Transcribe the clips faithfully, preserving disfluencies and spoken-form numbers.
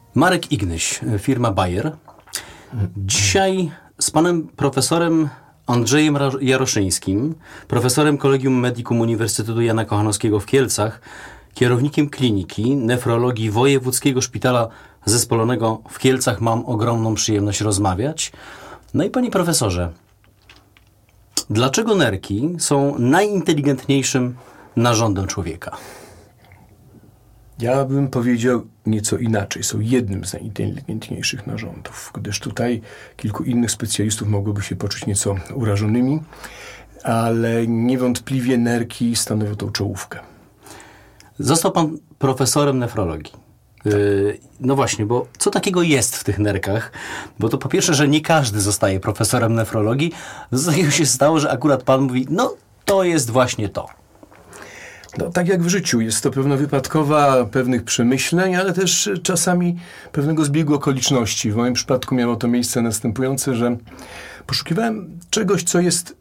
Marek Ignyś, firma Bayer. Dzisiaj z panem profesorem Andrzejem Jaroszyńskim, profesorem Collegium Medicum Uniwersytetu Jana Kochanowskiego w Kielcach, kierownikiem kliniki nefrologii Wojewódzkiego Szpitala Zespolonego w Kielcach mam ogromną przyjemność rozmawiać. No i panie profesorze, dlaczego nerki są najinteligentniejszym narządem człowieka? Ja bym powiedział nieco inaczej. Są jednym z najinteligentniejszych narządów, gdyż tutaj kilku innych specjalistów mogłoby się poczuć nieco urażonymi, ale niewątpliwie nerki stanowią tą czołówkę. Został pan profesorem nefrologii. Yy, no właśnie, bo co takiego jest w tych nerkach? Bo to po pierwsze, że nie każdy zostaje profesorem nefrologii. Z takiego się stało, że akurat pan mówi, no to jest właśnie to. No, tak jak w życiu. Jest to pewna wypadkowa pewnych przemyśleń, ale też czasami pewnego zbiegu okoliczności. W moim przypadku miało to miejsce następujące, że poszukiwałem czegoś, co jest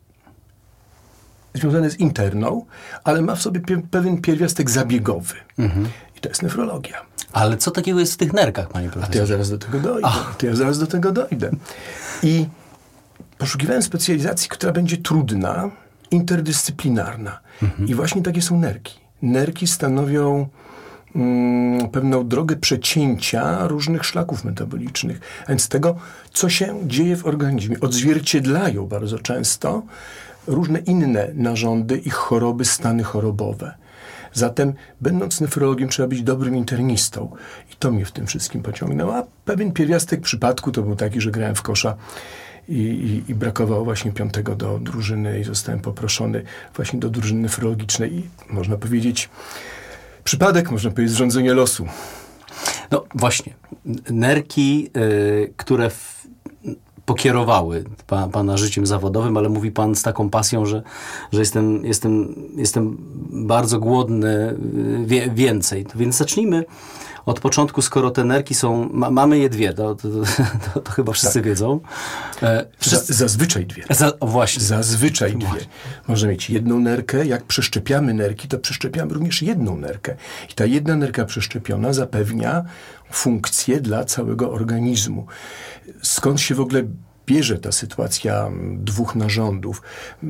związane z interną, ale ma w sobie pie- pewien pierwiastek zabiegowy. Mhm. I to jest nefrologia. Ale co takiego jest w tych nerkach, panie A profesorze? to ja zaraz do tego dojdę. A to ja zaraz do tego dojdę. I poszukiwałem specjalizacji, która będzie trudna, interdyscyplinarna. Mhm. I właśnie takie są nerki. Nerki stanowią mm, pewną drogę przecięcia różnych szlaków metabolicznych, a więc tego, co się dzieje w organizmie. Odzwierciedlają bardzo często różne inne narządy, ich choroby, stany chorobowe. Zatem, będąc nefrologiem, trzeba być dobrym internistą. I to mnie w tym wszystkim pociągnęło. A pewien pierwiastek przypadku to był taki, że grałem w kosza i, i, i brakowało właśnie piątego do drużyny i zostałem poproszony właśnie do drużyny nefrologicznej. I można powiedzieć, przypadek, można powiedzieć, zrządzenie losu. No właśnie, nerki, y, które w, pokierowały pa, pana życiem zawodowym, ale mówi pan z taką pasją, że, że jestem, jestem, jestem bardzo głodny wie, więcej. Więc zacznijmy od początku, skoro te nerki są, ma, mamy je dwie, to, to, to, to chyba wszyscy tak wiedzą. E, wszyscy... Za, zazwyczaj dwie. Za, właśnie. Zazwyczaj dwie. Właśnie. Można mieć jedną nerkę, jak przeszczepiamy nerki, to przeszczepiamy również jedną nerkę. I ta jedna nerka przeszczepiona zapewnia funkcję dla całego organizmu. Skąd się w ogóle bierze ta sytuacja dwóch narządów?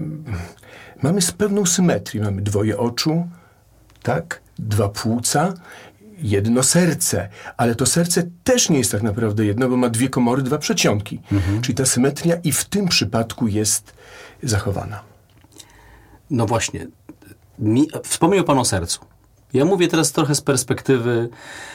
Mamy pewną symetrię. Mamy dwoje oczu, tak? Dwa płuca, jedno serce. Ale to serce też nie jest tak naprawdę jedno, bo ma dwie komory, dwa przedsionki. Mhm. Czyli ta symetria i w tym przypadku jest zachowana. No właśnie. Mi, wspomniał pan o sercu. Ja mówię teraz trochę z perspektywy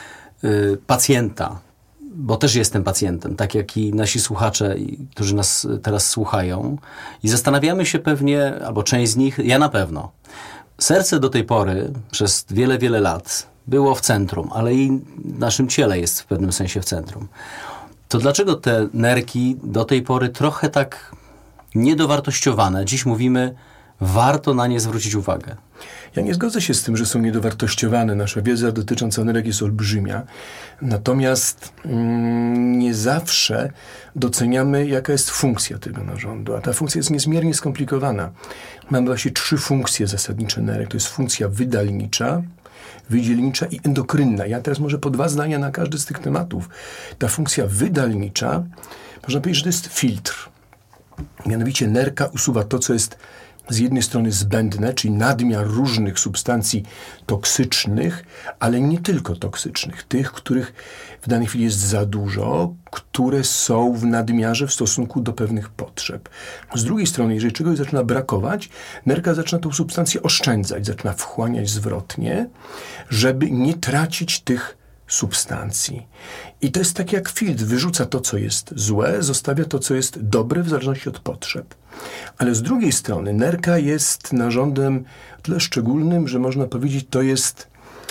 y, pacjenta, bo też jestem pacjentem, tak jak i nasi słuchacze, którzy nas teraz słuchają. I zastanawiamy się pewnie, albo część z nich, ja na pewno. Serce do tej pory, przez wiele, wiele lat, było w centrum, ale i w naszym ciele jest w pewnym sensie w centrum. To dlaczego te nerki do tej pory trochę tak niedowartościowane? Dziś mówimy, warto na nie zwrócić uwagę. Ja nie zgodzę się z tym, że są niedowartościowane. Nasza wiedza dotycząca nerek jest olbrzymia. Natomiast mm, nie zawsze doceniamy, jaka jest funkcja tego narządu. A ta funkcja jest niezmiernie skomplikowana. Mamy właśnie trzy funkcje zasadnicze nerek. To jest funkcja wydalnicza, wydzielnicza i endokrynna. Ja teraz może po dwa zdania na każdy z tych tematów. Ta funkcja wydalnicza, można powiedzieć, że to jest filtr. Mianowicie nerka usuwa to, co jest z jednej strony zbędne, czyli nadmiar różnych substancji toksycznych, ale nie tylko toksycznych. Tych, których w danej chwili jest za dużo, które są w nadmiarze w stosunku do pewnych potrzeb. Z drugiej strony, jeżeli czegoś zaczyna brakować, nerka zaczyna tą substancję oszczędzać, zaczyna wchłaniać zwrotnie, żeby nie tracić tych substancji. I to jest tak jak filtr. Wyrzuca to, co jest złe, zostawia to, co jest dobre w zależności od potrzeb. Ale z drugiej strony nerka jest narządem tyle szczególnym, że można powiedzieć, to jest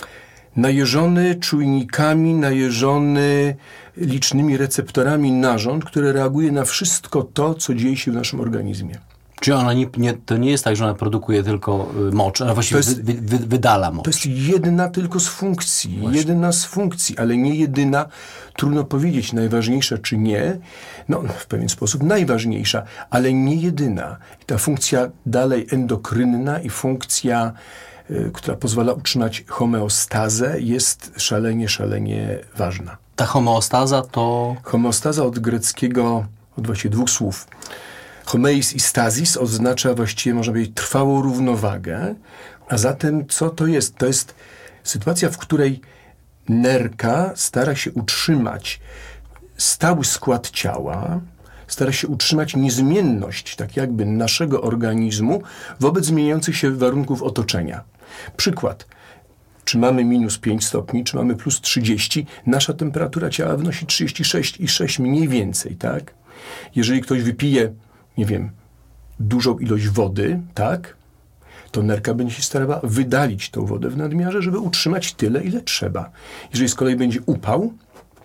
najeżony czujnikami, najeżony licznymi receptorami narząd, który reaguje na wszystko to, co dzieje się w naszym organizmie. Czy ona nie, nie, to nie jest tak, że ona produkuje tylko mocz, ale właściwie jest, wy, wy, wydala mocz. To jest jedna tylko z funkcji. Właśnie. Jedna z funkcji, ale nie jedyna. Trudno powiedzieć, najważniejsza czy nie. No, w pewien sposób najważniejsza, ale nie jedyna. I ta funkcja dalej endokrynna i funkcja y, która pozwala utrzymać homeostazę, jest szalenie, szalenie ważna. Ta homeostaza to... Homeostaza od greckiego, od właściwie dwóch słów. Homeis i stasis oznacza właściwie, można powiedzieć, trwałą równowagę, a zatem co to jest? To jest sytuacja, w której nerka stara się utrzymać stały skład ciała, stara się utrzymać niezmienność, tak jakby naszego organizmu wobec zmieniających się warunków otoczenia. Przykład. Czy mamy minus pięć stopni, czy mamy plus trzydzieści, nasza temperatura ciała wynosi trzydzieści sześć i sześć mniej więcej, tak? Jeżeli ktoś wypije, nie wiem, dużą ilość wody, tak? To nerka będzie się starała wydalić tą wodę w nadmiarze, żeby utrzymać tyle, ile trzeba. Jeżeli z kolei będzie upał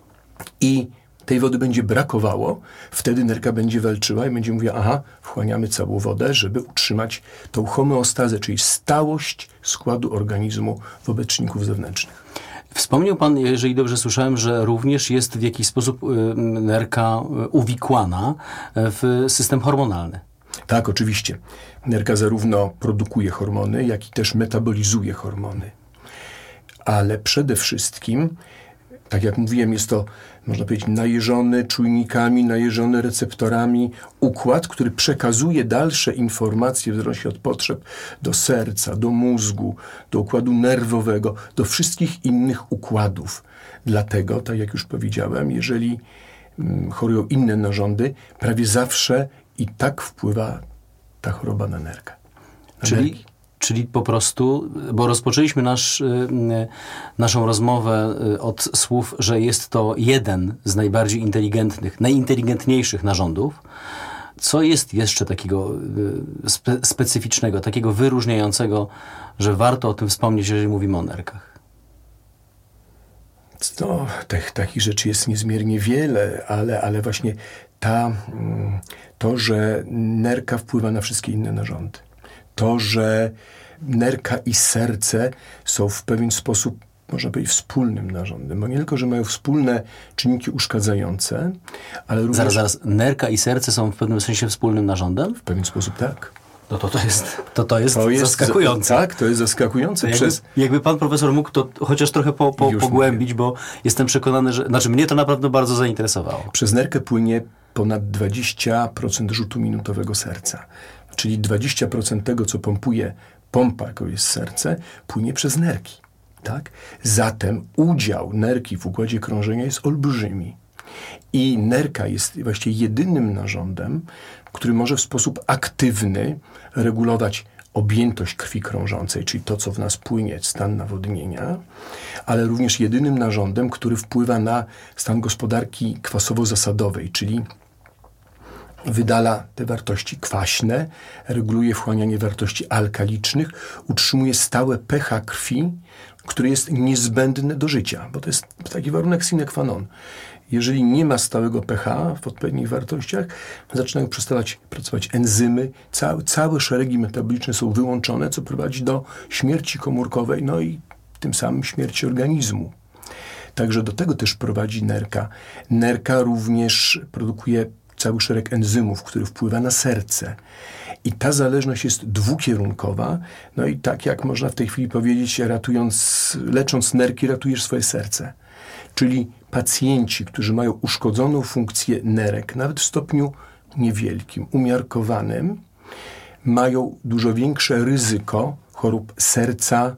i tej wody będzie brakowało, wtedy nerka będzie walczyła i będzie mówiła, aha, wchłaniamy całą wodę, żeby utrzymać tą homeostazę, czyli stałość składu organizmu wobec czynników zewnętrznych. Wspomniał pan, jeżeli dobrze słyszałem, że również jest w jakiś sposób nerka uwikłana w system hormonalny. Tak, oczywiście. Nerka zarówno produkuje hormony, jak i też metabolizuje hormony. Ale przede wszystkim, tak jak mówiłem, jest to, można powiedzieć, najeżony czujnikami, najeżony receptorami układ, który przekazuje dalsze informacje w zależności od potrzeb do serca, do mózgu, do układu nerwowego, do wszystkich innych układów. Dlatego, tak jak już powiedziałem, jeżeli mm, chorują inne narządy, prawie zawsze i tak wpływa ta choroba na nerkę. Na Czyli... nerki. Czyli po prostu, bo rozpoczęliśmy nasz, naszą rozmowę od słów, że jest to jeden z najbardziej inteligentnych, najinteligentniejszych narządów. Co jest jeszcze takiego spe, specyficznego, takiego wyróżniającego, że warto o tym wspomnieć, jeżeli mówimy o nerkach? No, tych, takich rzeczy jest niezmiernie wiele, ale, ale właśnie ta, to, że nerka wpływa na wszystkie inne narządy. To, że nerka i serce są w pewien sposób, można powiedzieć, wspólnym narządem. Bo nie tylko, że mają wspólne czynniki uszkadzające, ale również... Zaraz, zaraz. Nerka i serce są w pewnym sensie wspólnym narządem? W pewien sposób tak. No to to jest, to to jest, to jest zaskakujące. Tak, to jest zaskakujące. To jakby, przez... jakby pan profesor mógł to chociaż trochę po, po, pogłębić, bo jestem przekonany, że... Znaczy mnie to naprawdę bardzo zainteresowało. Przez nerkę płynie ponad dwadzieścia procent rzutu minutowego serca. Czyli dwadzieścia procent tego, co pompuje pompa, jaką jest serce, płynie przez nerki. Tak? Zatem udział nerki w układzie krążenia jest olbrzymi. I nerka jest właściwie jedynym narządem, który może w sposób aktywny regulować objętość krwi krążącej, czyli to, co w nas płynie, stan nawodnienia, ale również jedynym narządem, który wpływa na stan gospodarki kwasowo-zasadowej, czyli wydala te wartości kwaśne, reguluje wchłanianie wartości alkalicznych, utrzymuje stałe pH krwi, które jest niezbędne do życia, bo to jest taki warunek sine qua non. Jeżeli nie ma stałego pH w odpowiednich wartościach, zaczynają przestawać pracować enzymy, cały, całe szeregi metaboliczne są wyłączone, co prowadzi do śmierci komórkowej, no i tym samym śmierci organizmu. Także do tego też prowadzi nerka. Nerka również produkuje cały szereg enzymów, który wpływa na serce. I ta zależność jest dwukierunkowa. No i tak jak można w tej chwili powiedzieć, ratując, lecząc nerki, ratujesz swoje serce. Czyli pacjenci, którzy mają uszkodzoną funkcję nerek, nawet w stopniu niewielkim, umiarkowanym, mają dużo większe ryzyko chorób serca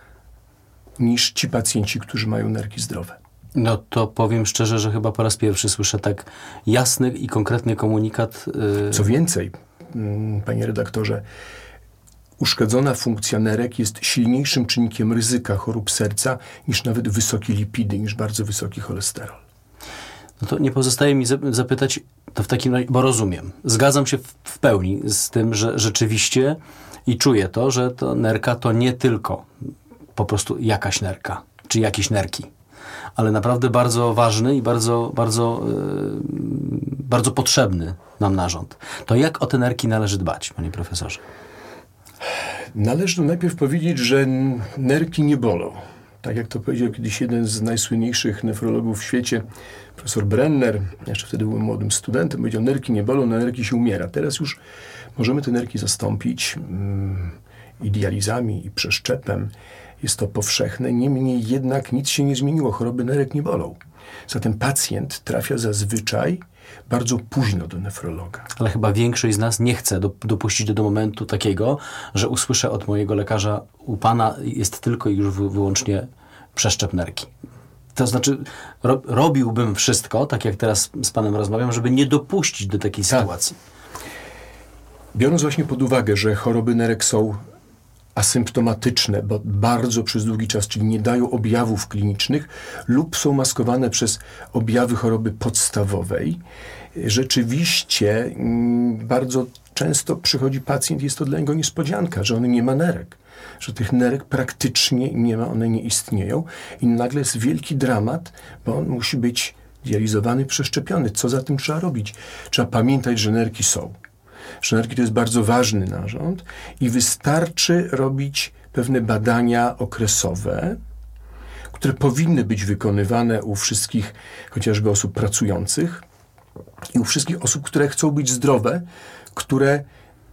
niż ci pacjenci, którzy mają nerki zdrowe. No to powiem szczerze, że chyba po raz pierwszy słyszę tak jasny i konkretny komunikat. Yy... Co więcej, panie redaktorze, uszkodzona funkcja nerek jest silniejszym czynnikiem ryzyka chorób serca niż nawet wysokie lipidy, niż bardzo wysoki cholesterol. No to nie pozostaje mi zapytać, to w takim razie, bo rozumiem, zgadzam się w, w pełni z tym, że rzeczywiście i czuję to, że to nerka to nie tylko po prostu jakaś nerka, czy jakieś nerki, ale naprawdę bardzo ważny i bardzo, bardzo, yy, bardzo potrzebny nam narząd. To jak o te nerki należy dbać, panie profesorze? Należy najpierw powiedzieć, że nerki nie bolą. Tak jak to powiedział kiedyś jeden z najsłynniejszych nefrologów w świecie, profesor Brenner, jeszcze wtedy byłem młodym studentem, powiedział, nerki nie bolą, na nerki się umiera. Teraz już możemy te nerki zastąpić i dializami, i przeszczepem. Jest to powszechne, niemniej jednak nic się nie zmieniło. Choroby nerek nie bolą. Zatem pacjent trafia zazwyczaj bardzo późno do nefrologa. Ale chyba większość z nas nie chce do, dopuścić do, do momentu takiego, że usłyszę od mojego lekarza, u pana jest tylko i już wy, wyłącznie przeszczep nerki. To znaczy, ro, robiłbym wszystko, tak jak teraz z panem rozmawiam, żeby nie dopuścić do takiej tak. sytuacji. Biorąc właśnie pod uwagę, że choroby nerek są asymptomatyczne, bo bardzo przez długi czas, czyli nie dają objawów klinicznych lub są maskowane przez objawy choroby podstawowej, rzeczywiście mm, bardzo często przychodzi pacjent, jest to dla niego niespodzianka, że on nie ma nerek, że tych nerek praktycznie nie ma, one nie istnieją i nagle jest wielki dramat, bo on musi być dializowany, przeszczepiony. Co za tym trzeba robić? Trzeba pamiętać, że nerki są. Że nerki to jest bardzo ważny narząd i wystarczy robić pewne badania okresowe, które powinny być wykonywane u wszystkich chociażby osób pracujących i u wszystkich osób, które chcą być zdrowe, które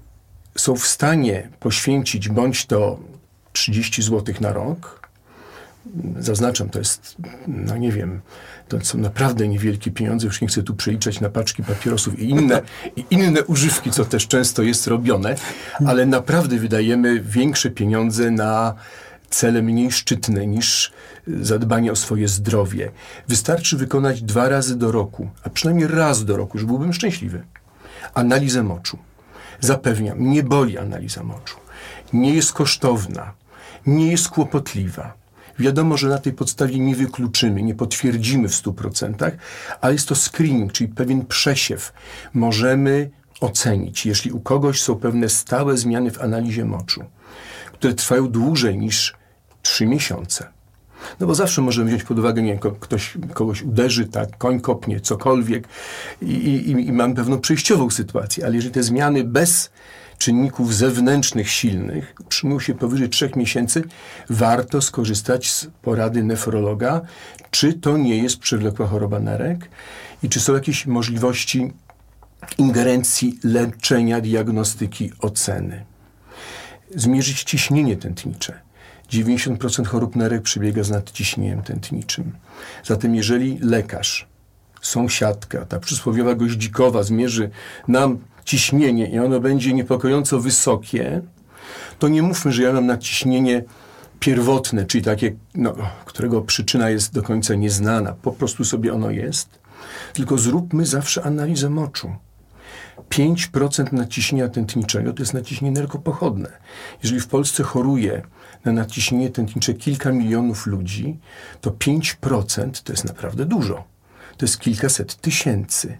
są w stanie poświęcić bądź to trzydzieści złotych na rok. Zaznaczam, to jest, no nie wiem, to są naprawdę niewielkie pieniądze, już nie chcę tu przeliczać na paczki papierosów i inne, i inne używki, co też często jest robione, ale naprawdę wydajemy większe pieniądze na cele mniej szczytne niż zadbanie o swoje zdrowie. Wystarczy wykonać dwa razy do roku, a przynajmniej raz do roku, już byłbym szczęśliwy. Analizę moczu. Zapewniam, nie boli analiza moczu. Nie jest kosztowna, nie jest kłopotliwa. Wiadomo, że na tej podstawie nie wykluczymy, nie potwierdzimy w stu procentach, ale jest to screening, czyli pewien przesiew. Możemy ocenić, jeśli u kogoś są pewne stałe zmiany w analizie moczu, które trwają dłużej niż trzy miesiące. No bo zawsze możemy wziąć pod uwagę, nie wiem, ktoś kogoś uderzy, tak, koń kopnie, cokolwiek i, i, i mamy pewną przejściową sytuację, ale jeżeli te zmiany bez czynników zewnętrznych silnych utrzymują się powyżej trzech miesięcy, warto skorzystać z porady nefrologa, czy to nie jest przewlekła choroba nerek i czy są jakieś możliwości ingerencji, leczenia, diagnostyki, oceny. Zmierzyć ciśnienie tętnicze. dziewięćdziesiąt procent chorób nerek przebiega z nadciśnieniem tętniczym. Zatem jeżeli lekarz, sąsiadka, ta przysłowiowa goździkowa zmierzy nam ciśnienie i ono będzie niepokojąco wysokie, to nie mówmy, że ja mam nadciśnienie pierwotne, czyli takie, no, którego przyczyna jest do końca nieznana. Po prostu sobie ono jest. Tylko zróbmy zawsze analizę moczu. pięć procent nadciśnienia tętniczego to jest nadciśnienie nerkopochodne. Jeżeli w Polsce choruje na nadciśnienie tętnicze kilka milionów ludzi, to pięć procent to jest naprawdę dużo. To jest kilkaset tysięcy.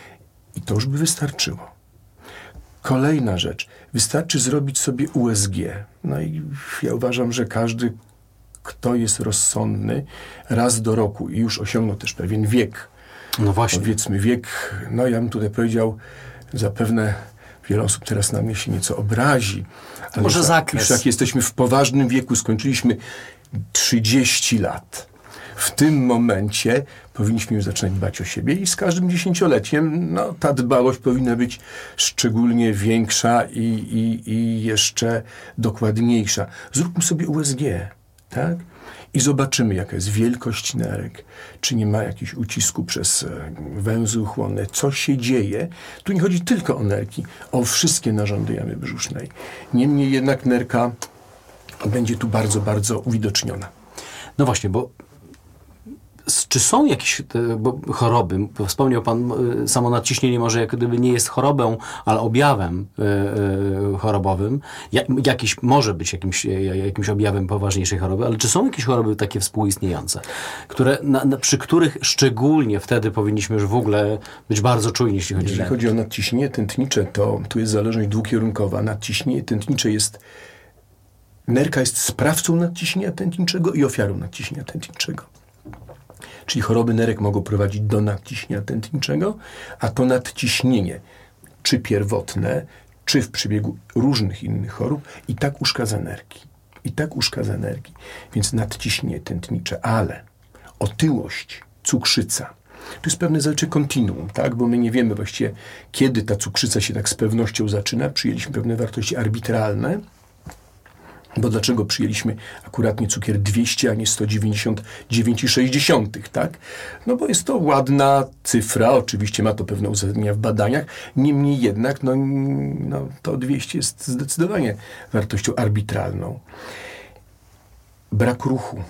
I to już by wystarczyło. Kolejna rzecz. Wystarczy zrobić sobie U S G. No i ja uważam, że każdy, kto jest rozsądny, raz do roku i już osiągnął też pewien wiek. No właśnie. Powiedzmy wiek, no ja bym tutaj powiedział, zapewne wiele osób teraz na mnie się nieco obrazi. Ale może już, zakres. Już jak jesteśmy w poważnym wieku, skończyliśmy trzydzieści lat. W tym momencie powinniśmy już zaczynać dbać o siebie i z każdym dziesięcioleciem no, ta dbałość powinna być szczególnie większa i, i, i jeszcze dokładniejsza. Zróbmy sobie U S G, tak? I zobaczymy, jaka jest wielkość nerek, czy nie ma jakichś ucisku przez węzły chłonne, co się dzieje. Tu nie chodzi tylko o nerki, o wszystkie narządy jamy brzusznej. Niemniej jednak nerka będzie tu bardzo, bardzo uwidoczniona. No właśnie, bo czy są jakieś bo choroby, bo wspomniał pan, samo nadciśnienie może jak gdyby nie jest chorobą, ale objawem yy, chorobowym, ja, jakiś, może być jakimś, jakimś objawem poważniejszej choroby, ale czy są jakieś choroby takie współistniejące, które, na, na, przy których szczególnie wtedy powinniśmy już w ogóle być bardzo czujni, jeśli chodzi, Jeżeli chodzi o nadciśnienie tętnicze, to tu jest zależność dwukierunkowa. Nadciśnienie tętnicze jest, nerka jest sprawcą nadciśnienia tętniczego i ofiarą nadciśnienia tętniczego. Czyli choroby nerek mogą prowadzić do nadciśnienia tętniczego, a to nadciśnienie, czy pierwotne, czy w przebiegu różnych innych chorób, i tak uszkadza nerki. I tak uszkadza nerki. Więc nadciśnienie tętnicze, ale otyłość, cukrzyca, to jest pewne zalecze kontinuum, tak? Bo my nie wiemy właściwie, kiedy ta cukrzyca się tak z pewnością zaczyna. Przyjęliśmy pewne wartości arbitralne. Bo dlaczego przyjęliśmy akuratnie cukier dwieście, a nie sto dziewięćdziesiąt dziewięć przecinek sześć, tak? No bo jest to ładna cyfra, oczywiście ma to pewne uzasadnienia w badaniach, niemniej jednak no, no, to dwieście jest zdecydowanie wartością arbitralną. Brak ruchu,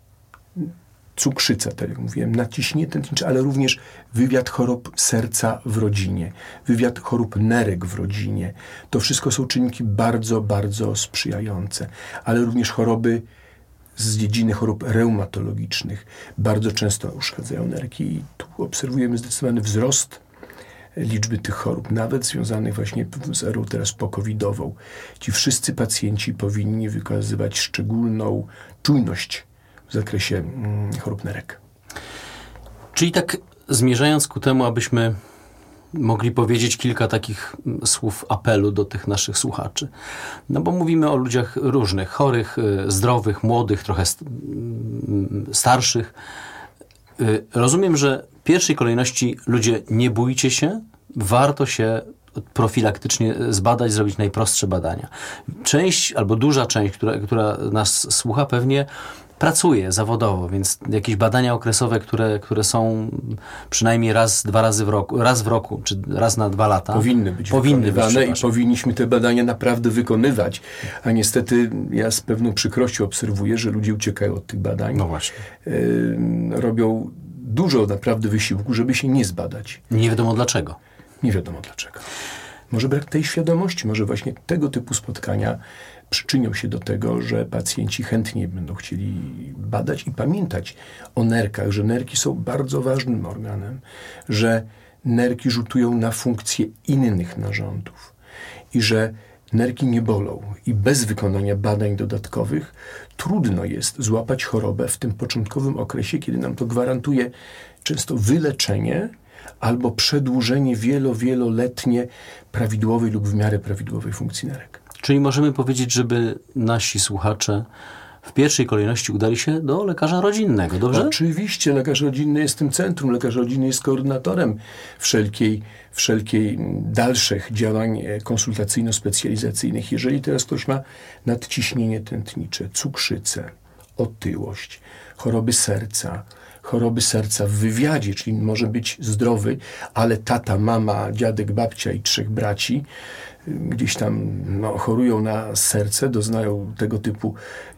cukrzyca, tak jak mówiłem, naciśnienie tętnicze, ale również wywiad chorób serca w rodzinie, wywiad chorób nerek w rodzinie. To wszystko są czynniki bardzo, bardzo sprzyjające, ale również choroby z dziedziny chorób reumatologicznych bardzo często uszkadzają nerki i tu obserwujemy zdecydowany wzrost liczby tych chorób, nawet związanych właśnie z erą teraz pokowidową. Ci wszyscy pacjenci powinni wykazywać szczególną czujność w zakresie mm, chorób nerek. Czyli tak zmierzając ku temu, abyśmy mogli powiedzieć kilka takich słów apelu do tych naszych słuchaczy. No bo mówimy o ludziach różnych, chorych, zdrowych, młodych, trochę starszych. Rozumiem, że w pierwszej kolejności ludzie, nie bójcie się, warto się profilaktycznie zbadać, zrobić najprostsze badania. Część albo duża część, która, która nas słucha, pewnie pracuje zawodowo, więc jakieś badania okresowe, które, które są przynajmniej raz, dwa razy w roku, raz w roku, czy raz na dwa lata. Powinny być powinny wykonywane być, i powinniśmy te badania naprawdę wykonywać. A niestety ja z pewną przykrością obserwuję, że ludzie uciekają od tych badań. No właśnie. Yy, robią dużo naprawdę wysiłku, żeby się nie zbadać. Nie wiadomo dlaczego. Nie wiadomo dlaczego. Może brak tej świadomości, może właśnie tego typu spotkania przyczynią się do tego, że pacjenci chętnie będą chcieli badać i pamiętać o nerkach, że nerki są bardzo ważnym organem, że nerki rzutują na funkcje innych narządów i że nerki nie bolą i bez wykonania badań dodatkowych trudno jest złapać chorobę w tym początkowym okresie, kiedy nam to gwarantuje często wyleczenie albo przedłużenie wielo, wieloletnie prawidłowej lub w miarę prawidłowej funkcji nerek. Czyli możemy powiedzieć, żeby nasi słuchacze w pierwszej kolejności udali się do lekarza rodzinnego, dobrze? Oczywiście, lekarz rodzinny jest tym centrum, lekarz rodzinny jest koordynatorem wszelkiej, wszelkiej dalszych działań konsultacyjno-specjalizacyjnych. Jeżeli teraz ktoś ma nadciśnienie tętnicze, cukrzycę, otyłość, choroby serca, choroby serca w wywiadzie, czyli może być zdrowy, ale tata, mama, dziadek, babcia i trzech braci gdzieś tam no, chorują na serce, doznają tego typu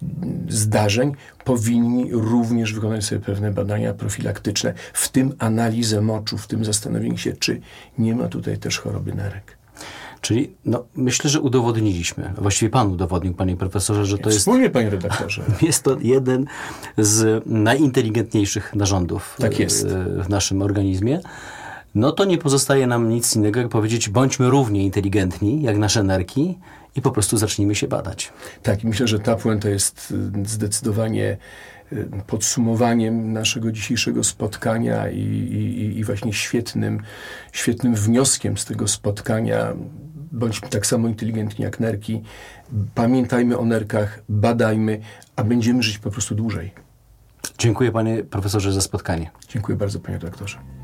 zdarzeń, powinni również wykonać sobie pewne badania profilaktyczne, w tym analizę moczu, w tym zastanowienie się, czy nie ma tutaj też choroby nerek. Czyli no, myślę, że udowodniliśmy, właściwie pan udowodnił, panie profesorze, że to jest... Wspólnie, panie redaktorze. Jest to jeden z najinteligentniejszych narządów tak jest. w naszym organizmie. No to nie pozostaje nam nic innego, jak powiedzieć, bądźmy równie inteligentni jak nasze nerki i po prostu zacznijmy się badać. Tak, i myślę, że ta puenta jest zdecydowanie podsumowaniem naszego dzisiejszego spotkania i, i, i właśnie świetnym, świetnym wnioskiem z tego spotkania. Bądźmy tak samo inteligentni jak nerki. Pamiętajmy o nerkach, badajmy, a będziemy żyć po prostu dłużej. Dziękuję, panie profesorze, za spotkanie. Dziękuję bardzo, panie doktorze.